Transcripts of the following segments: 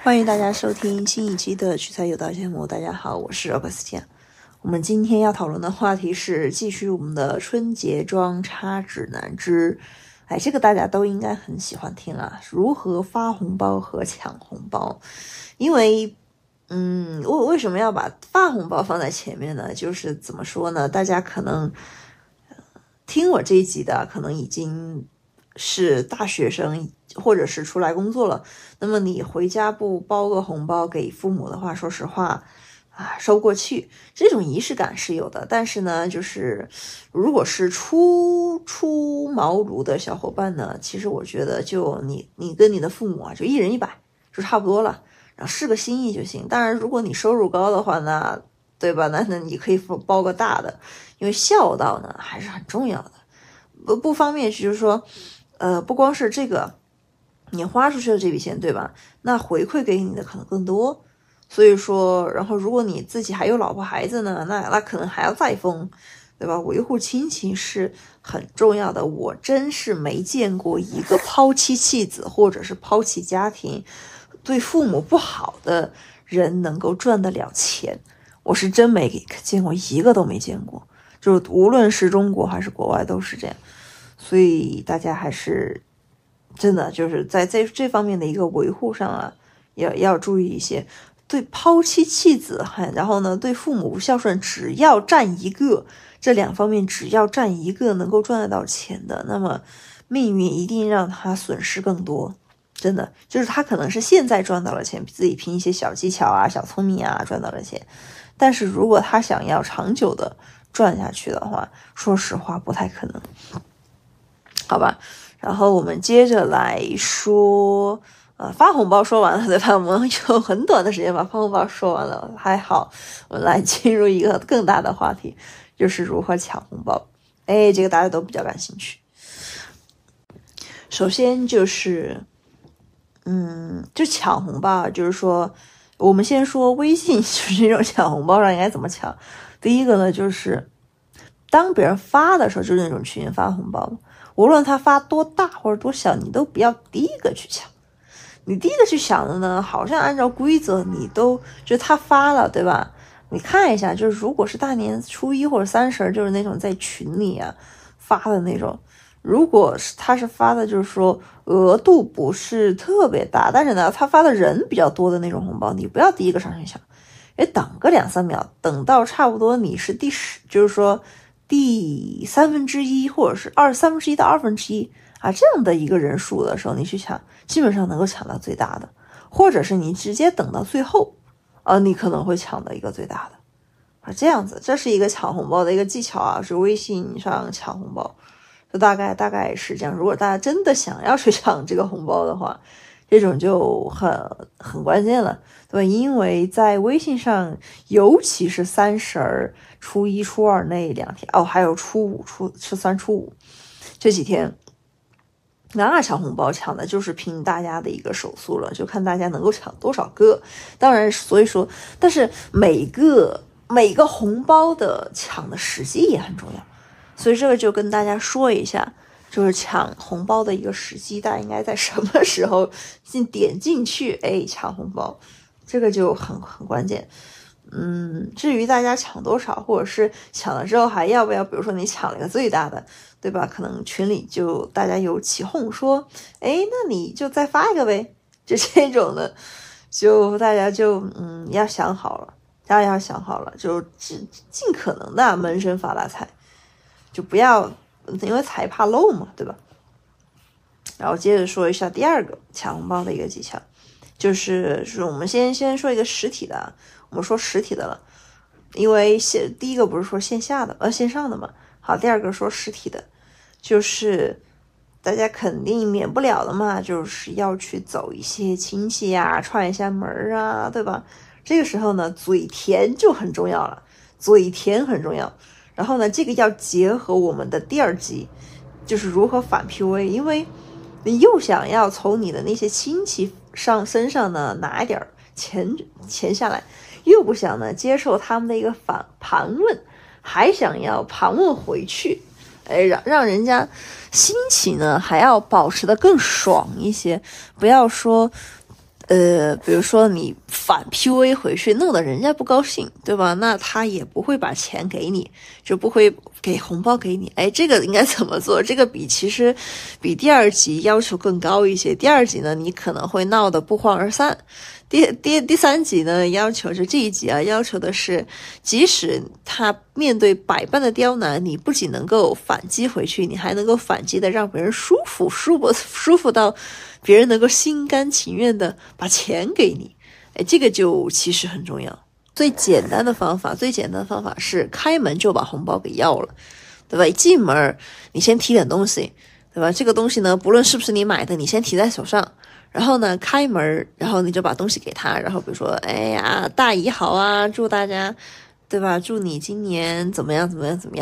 欢迎大家收听新一期的取材有道节目。大家好，我是 Augustina。我们今天要讨论的话题是继续我们的春节装叉指南之，这个大家都应该很喜欢听啦，如何发红包和抢红包。因为我为什么要把发红包放在前面呢？就是怎么说呢，大家可能听我这一集的可能已经是大学生或者是出来工作了，那么你回家不包个红包给父母的话，说实话收不过去，这种仪式感是有的。但是呢，就是如果是初出茅庐的小伙伴呢，其实我觉得就你跟你的父母就一人100就差不多了，然后是个心意就行。当然如果你收入高的话呢，对吧，那你可以包个大的，因为孝道呢还是很重要的。不方便就是说不光是这个你花出去的这笔钱，对吧，那回馈给你的可能更多。所以说，然后如果你自己还有老婆孩子呢，那可能还要再疯，对吧？维护亲情是很重要的。我真是没见过一个抛妻弃子或者是抛弃家庭对父母不好的人能够赚得了钱，我是真没见过，一个都没见过，就无论是中国还是国外都是这样。所以大家还是真的就是在这方面的一个维护上要注意一些。对抛妻弃子，然后呢，对父母不孝顺，只要占一个，这2方面只要占一个能够赚得到钱的，那么命运一定让他损失更多。真的，就是他可能是现在赚到了钱，自己凭一些小技巧小聪明赚到了钱，但是如果他想要长久的赚下去的话，说实话不太可能。好吧，然后我们接着来说发红包说完了，对吧？我们有很短的时间把发红包说完了，还好。我们来进入一个更大的话题，就是如何抢红包。这个大家都比较感兴趣。首先就是就抢红包，就是说我们先说微信就是这种抢红包上应该怎么抢。第一个呢，就是当别人发的时候，就是那种群发红包，无论他发多大或者多小，你都不要第一个去抢。你第一个去抢的呢，好像按照规则你都就他发了，对吧？你看一下，就是如果是大年初一或者30，就是那种在群里发的那种，如果是他是发的就是说额度不是特别大，但是呢他发的人比较多的那种红包，你不要第一个上去抢，等个2-3秒，等到差不多你是就是说第1/3或者是1/3到1/2这样的一个人数的时候，你去抢，基本上能够抢到最大的，或者是你直接等到最后你可能会抢到一个最大的这样子。这是一个抢红包的一个技巧是微信上抢红包，就大概是这样。如果大家真的想要去抢这个红包的话，这种就很关键了，对吧？因为在微信上，尤其是30、初一、初二那2天还有初五、初3、初5这几天，那抢红包抢的就是凭大家的一个手速了，就看大家能够抢多少个。当然，所以说，但是每个红包的抢的时机也很重要，所以这个就跟大家说一下，就是抢红包的一个时机，大家应该在什么时候点进去抢红包，这个就很关键。至于大家抢多少，或者是抢了之后还要不要，比如说你抢了一个最大的，对吧？可能群里就大家有起哄说，那你就再发一个呗，就这种的，就大家就要想好了，大家要想好了，就尽可能的闷声发大财，就不要因为财怕漏嘛，对吧？然后接着说一下第二个抢红包的一个技巧，就是我们先说一个实体的，我们说实体的了，因为第一个不是说线上的嘛，好，第二个说实体的，就是大家肯定免不了的嘛，就是要去走一些亲戚串一下门对吧？这个时候呢，嘴甜就很重要了，嘴甜很重要。然后呢，这个要结合我们的第2集，就是如何反 PUA， 因为你又想要从你的那些亲戚身上呢拿一点钱下来，又不想呢接受他们的一个盘问，还想要盘问回去，让人家心情呢还要保持的更爽一些，不要说比如说你反 PUA 回去，弄得人家不高兴，对吧？那他也不会把钱给你，就不会给红包给你。哎，这个应该怎么做？这个其实比第二集要求更高一些。第二集呢，你可能会闹得不欢而散。第三集呢，要求就这一集啊，要求的是，即使他面对百般的刁难，你不仅能够反击回去，你还能够反击的让别人舒服到别人能够心甘情愿的把钱给你。哎，这个就其实很重要。最简单的方法是开门就把红包给要了，对吧？一进门你先提点东西，对吧？这个东西呢，不论是不是你买的，你先提在手上。然后呢，开门，然后你就把东西给他，然后比如说，哎呀，大姨好啊，祝大家，对吧？祝你今年怎么样。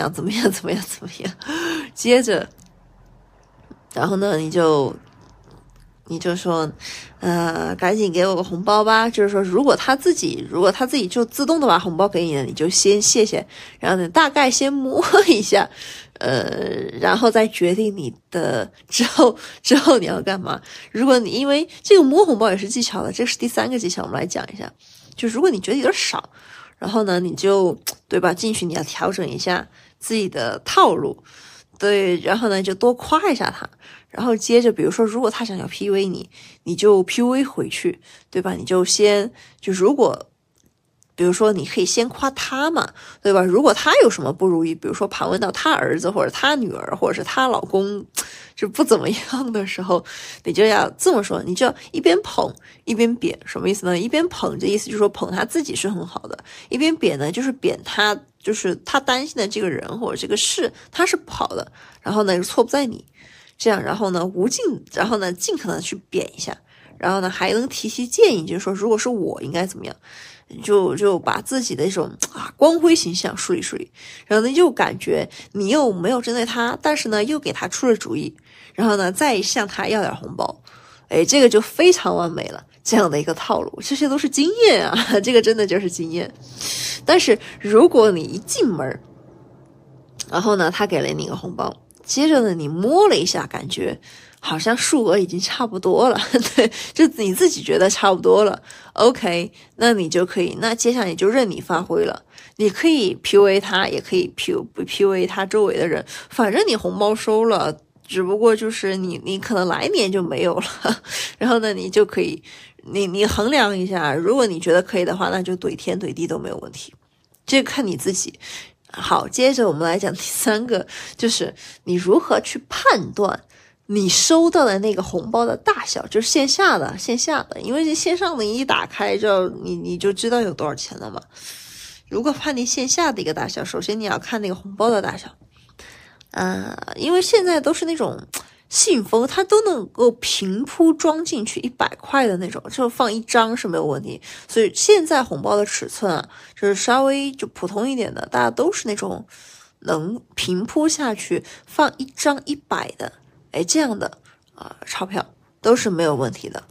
接着，然后呢，你就说，赶紧给我个红包吧。就是说，如果他自己就自动的把红包给你了，你就先谢谢，然后你大概先摸一下。然后再决定你的之后你要干嘛。如果你因为这个摸红包也是技巧的，这是第3个技巧，我们来讲一下。就如果你觉得有点少，然后呢，你就对吧，进去你要调整一下自己的套路，对，然后呢就多夸一下他，然后接着比如说如果他想要 PUA 你，你就 PUA 回去，对吧？你就先如果。比如说，你可以先夸他嘛，对吧？如果他有什么不如意，比如说盘问到他儿子或者他女儿或者是他老公就不怎么样的时候，你就要这么说，你就要一边捧一边贬。什么意思呢？一边捧，这意思就是说捧他自己是很好的；一边贬呢，就是贬他，就是他担心的这个人或者这个事他是不好的，然后呢错不在你，这样，然后呢尽可能去贬一下，然后呢还能提建议，就是说如果是我应该怎么样。就把自己的一种光辉形象树立，然后呢又感觉你又没有针对他，但是呢又给他出了主意，然后呢再向他要点红包，哎，这个就非常完美了，这样的一个套路，这些都是经验啊，这个真的就是经验。但是如果你一进门，然后呢他给了你一个红包，接着呢你摸了一下，感觉好像数额已经差不多了，对，就你自己觉得差不多了 ，OK， 那你就可以，那接下来你就任你发挥了，你可以 PUA 他，也可以 PUA 他周围的人，反正你红包收了，只不过就是你可能来年就没有了，然后呢，你就可以，你衡量一下，如果你觉得可以的话，那就怼天怼地都没有问题，这个看你自己。好，接着我们来讲第3个，就是你如何去判断你收到的那个红包的大小，就是线下的，因为这线上的你一打开就你就知道有多少钱了嘛。如果判定线下的一个大小，首先你要看那个红包的大小，因为现在都是那种信封，它都能够平铺装进去100块的那种，就放1张是没有问题。所以现在红包的尺寸啊，就是稍微就普通一点的，大家都是那种能平铺下去放1张100的。哎，这样的钞票都是没有问题的。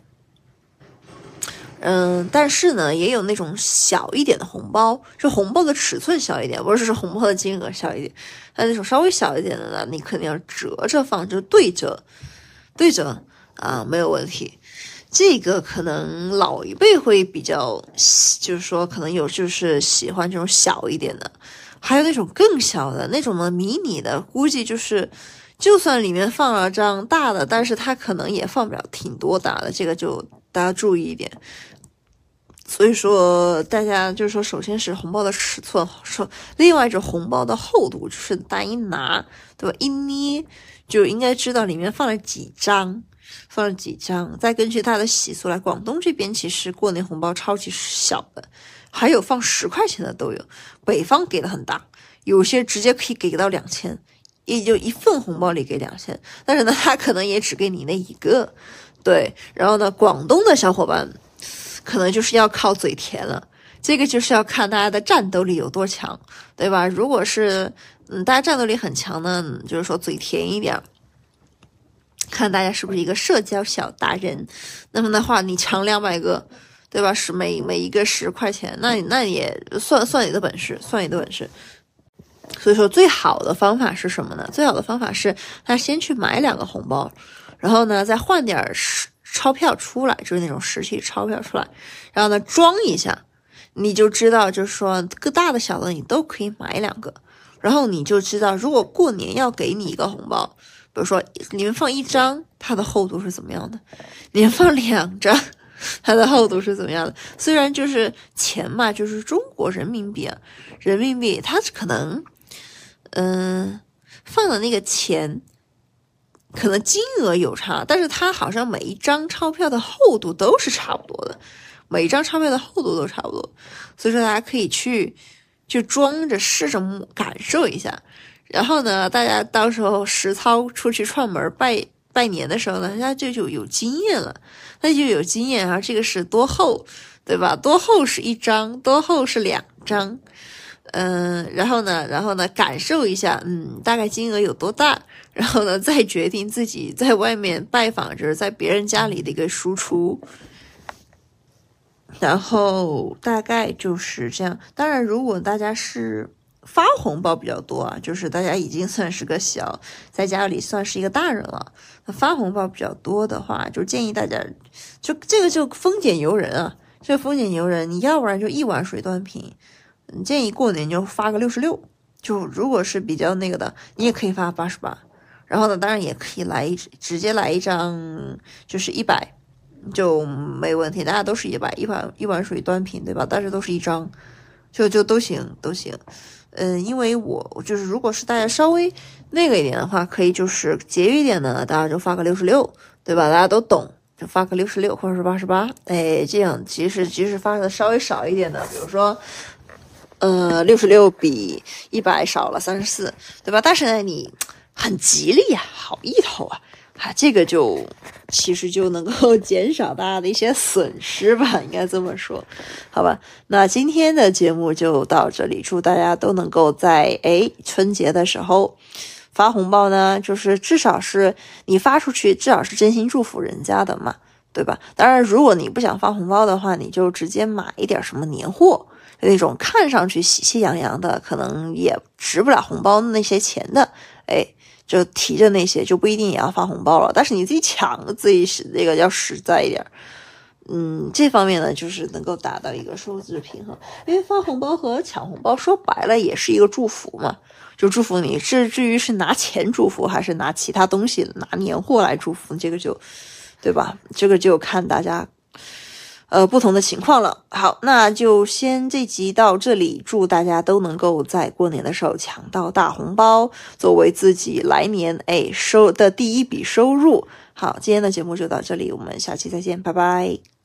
但是呢，也有那种小一点的红包，就红包的尺寸小一点，不是红包的金额小一点，那种稍微小一点的呢，你肯定要折着放，就对折没有问题。这个可能老一辈会比较，就是说可能有就是喜欢这种小一点的，还有那种更小的那种呢，迷你的，估计就算里面放了张大的，但是它可能也放不了挺多大的，这个就大家注意一点。所以说大家就是说，首先是红包的尺寸，另外一种红包的厚度，就是大家一拿，对吧？一捏就应该知道里面放了几张，再根据它的习俗来，广东这边其实过年红包超级小的，还有放10块钱的都有，北方给的很大，有些直接可以给到2000。也就一份红包里给2000，但是呢，他可能也只给你那一个，对。然后呢，广东的小伙伴可能就是要靠嘴甜了，这个就是要看大家的战斗力有多强，对吧？如果是大家战斗力很强呢，就是说嘴甜一点，看大家是不是一个社交小达人。那么的话，你抢200个，对吧？是每一个10块钱，那也算你的本事，所以说最好的方法是什么呢？最好的方法是他先去买2个红包，然后呢再换点钞票出来，就是那种实体钞票出来，然后呢装一下，你就知道就是说个大的小的你都可以买2个，然后你就知道如果过年要给你一个红包，比如说里面放1张，它的厚度是怎么样的，里面放2张，它的厚度是怎么样的。虽然就是钱嘛，就是中国人民币啊，人民币它可能放的那个钱可能金额有差，但是它好像每一张钞票的厚度都是差不多的，每一张钞票的厚度都差不多，所以说大家可以去装着试着感受一下，然后呢大家到时候实操出去串门拜年的时候呢，大家就有经验了，那就有经验啊，这个是多厚，对吧？多厚是1张，多厚是2张，然后呢感受一下，大概金额有多大，然后呢再决定自己在外面拜访，就是在别人家里的一个输出，然后大概就是这样。当然如果大家是发红包比较多啊，就是大家已经算是个在家里算是一个大人了，发红包比较多的话，就建议大家就这个就丰俭由人啊，这个丰俭由人，你要不然就1碗水端平，建议过年就发个66，就如果是比较那个的，你也可以发88，然后呢当然也可以直接来一张就是100就没问题，大家都是100，1碗水端平，对吧？但是都是1张，就都行。因为我就是如果是大家稍微那个一点的话，可以就是节约一点的，大家就发个66，对吧？大家都懂，就发个66或者是88，这样即使发的稍微少一点的，比如说66比100少了34，对吧？但是呢你很吉利啊，好意头啊，这个就其实就能够减少大家的一些损失吧，应该这么说，好吧？那今天的节目就到这里，祝大家都能够在春节的时候发红包呢，就是至少是你发出去，至少是真心祝福人家的嘛，对吧？当然，如果你不想发红包的话，你就直接买一点什么年货，那种看上去喜气洋洋的，可能也值不了红包那些钱的，就提着那些就不一定也要发红包了，但是你自己抢，自己是那个要实在一点。这方面呢，就是能够达到一个收支平衡，因为发红包和抢红包说白了也是一个祝福嘛，就祝福你。至于是拿钱祝福还是拿其他东西拿年货来祝福，这个就对吧？这个就看大家不同的情况了。好，那就先这集到这里，祝大家都能够在过年的时候抢到大红包，作为自己来年收的第一笔收入。好，今天的节目就到这里，我们下期再见，拜拜。